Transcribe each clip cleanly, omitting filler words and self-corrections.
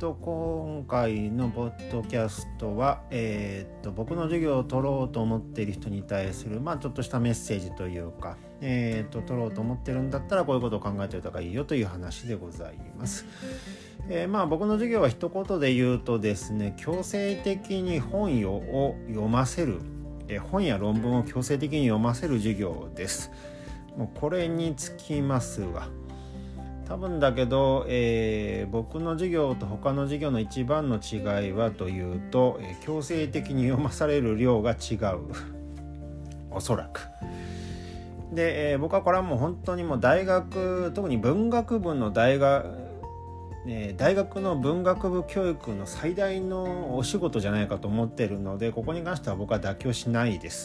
今回のポッドキャストは、僕の授業を取ろうと思っている人に対する、ちょっとしたメッセージというか、取ろうと思ってるんだったらこういうことを考えておいた方がいいよという話でございます。僕の授業は一言で言うとですね、強制的に本を読ませる、本や論文を強制的に読ませる授業です。もうこれにつきますわ。多分だけど、僕の授業と他の授業の一番の違いはというと、強制的に読まされる量が違うおそらくで、僕はこれはもう本当にもう大学、特に文学部の大学の文学部教育の最大のお仕事じゃないかと思っているので、ここに関しては僕は妥協しないです。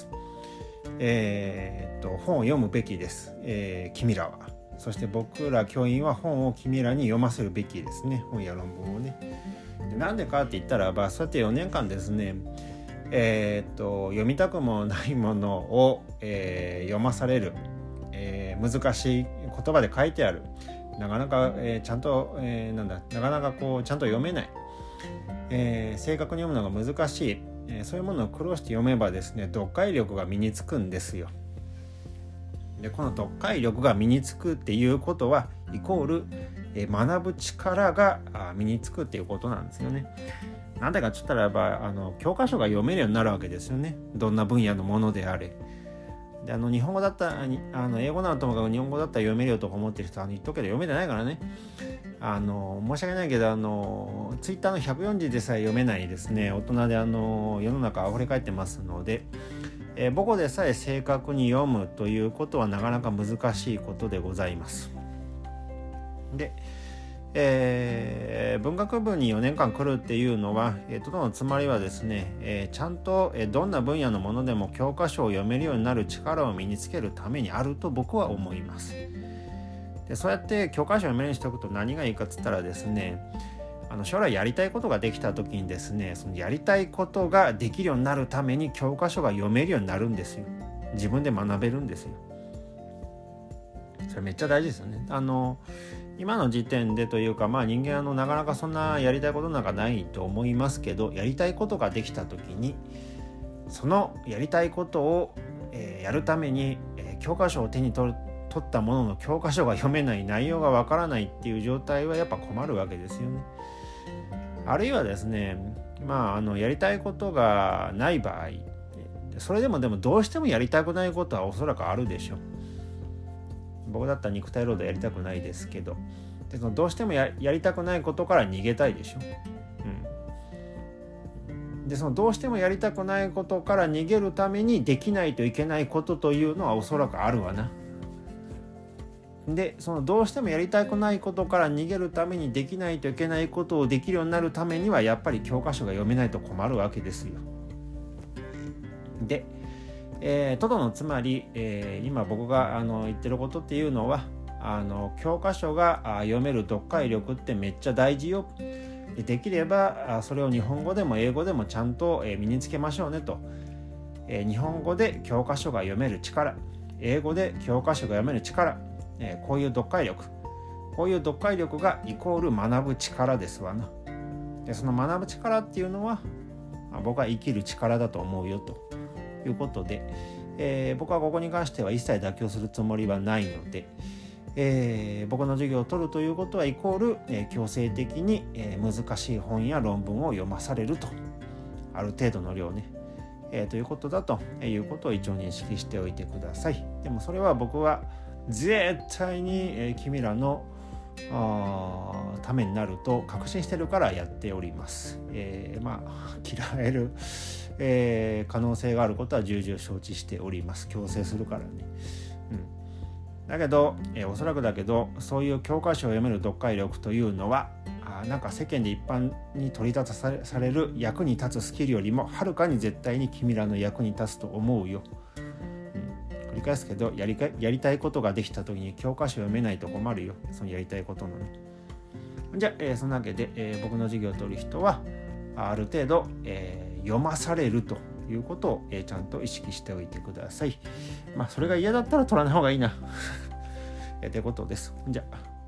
本を読むべきです。君らは。そして僕ら教員は本を君らに読ませるべきですね。本や論文をね。なんでかって言ったらそうやって4年間ですね、読みたくもないものを、読まされる、難しい言葉で書いてある、なかなか、ちゃんと、なかなかこうちゃんと読めない、正確に読むのが難しい、そういうものを苦労して読めばですね、読解力が身につくんですよ。でこの読解力が身につくっていうことはイコール、学ぶ力が身につくっていうことなんですよね。なんでかって言ったら教科書が読めるようになるわけですよね。どんな分野のものであれ。で日本語だったら英語ならともかく日本語だったら読めるよとか思ってる人は言っとくけど読めてないからね。申し訳ないけどツイッターの140字でさえ読めないですね。大人で世の中溢れ返ってますので、母語でさえ正確に読むということはなかなか難しいことでございます。で、文学部に4年間来るっていうのは、とのつまりはですね、ちゃんとどんな分野のものでも教科書を読めるようになる力を身につけるためにあると僕は思います。でそうやって教科書を読めるようにしておくと何がいいかっつったらですね、将来やりたいことができた時にですね、そのやりたいことができるようになるために教科書が読めるようになるんですよ。自分で学べるんですよ。それめっちゃ大事ですよね。今の時点でというか、人間なかなかそんなやりたいことなんかないと思いますけど、やりたいことができた時にそのやりたいことを、やるために、教科書を手に取ったものの教科書が読めない、内容がわからないっていう状態はやっぱ困るわけですよね。あるいはですね、やりたいことがない場合、それでもどうしてもやりたくないことはおそらくあるでしょう。僕だったら肉体労働やりたくないですけど、でどうしても やりたくないことから逃げたいでしょ。でそのどうしてもやりたくないことから逃げるためにできないといけないことというのはおそらくあるわな。でそのどうしてもやりたくないことから逃げるためにできないといけないことをできるようになるためにはやっぱり教科書が読めないと困るわけですよ。で、とどのつまり、今僕が言ってることっていうのは教科書が読める読解力ってめっちゃ大事よ。できればそれを日本語でも英語でもちゃんと身につけましょうねと。日本語で教科書が読める力、英語で教科書が読める力、こういう読解力がイコール学ぶ力ですわな。でその学ぶ力っていうのは僕は生きる力だと思うよということで、僕はここに関しては一切妥協するつもりはないので、僕の授業を取るということはイコール、強制的に、難しい本や論文を読まされると、ある程度の量ね、ということだということを一応認識しておいてください。でもそれは僕は絶対に、君らのためになると確信してるからやっております。嫌われる、可能性があることは重々承知しております。強制するからね。だけど、おそらくだけどそういう教科書を読める読解力というのはなんか世間で一般に取り立たされる役に立つスキルよりもはるかに絶対に君らの役に立つと思うよ。繰り返すけどやりたいことができた時に教科書読めないと困るよ。そのやりたいことのね。じゃあ、そんなわけで、僕の授業を取る人はある程度、読まされるということを、ちゃんと意識しておいてください。それが嫌だったら取らない方がいいなってことです。じゃあ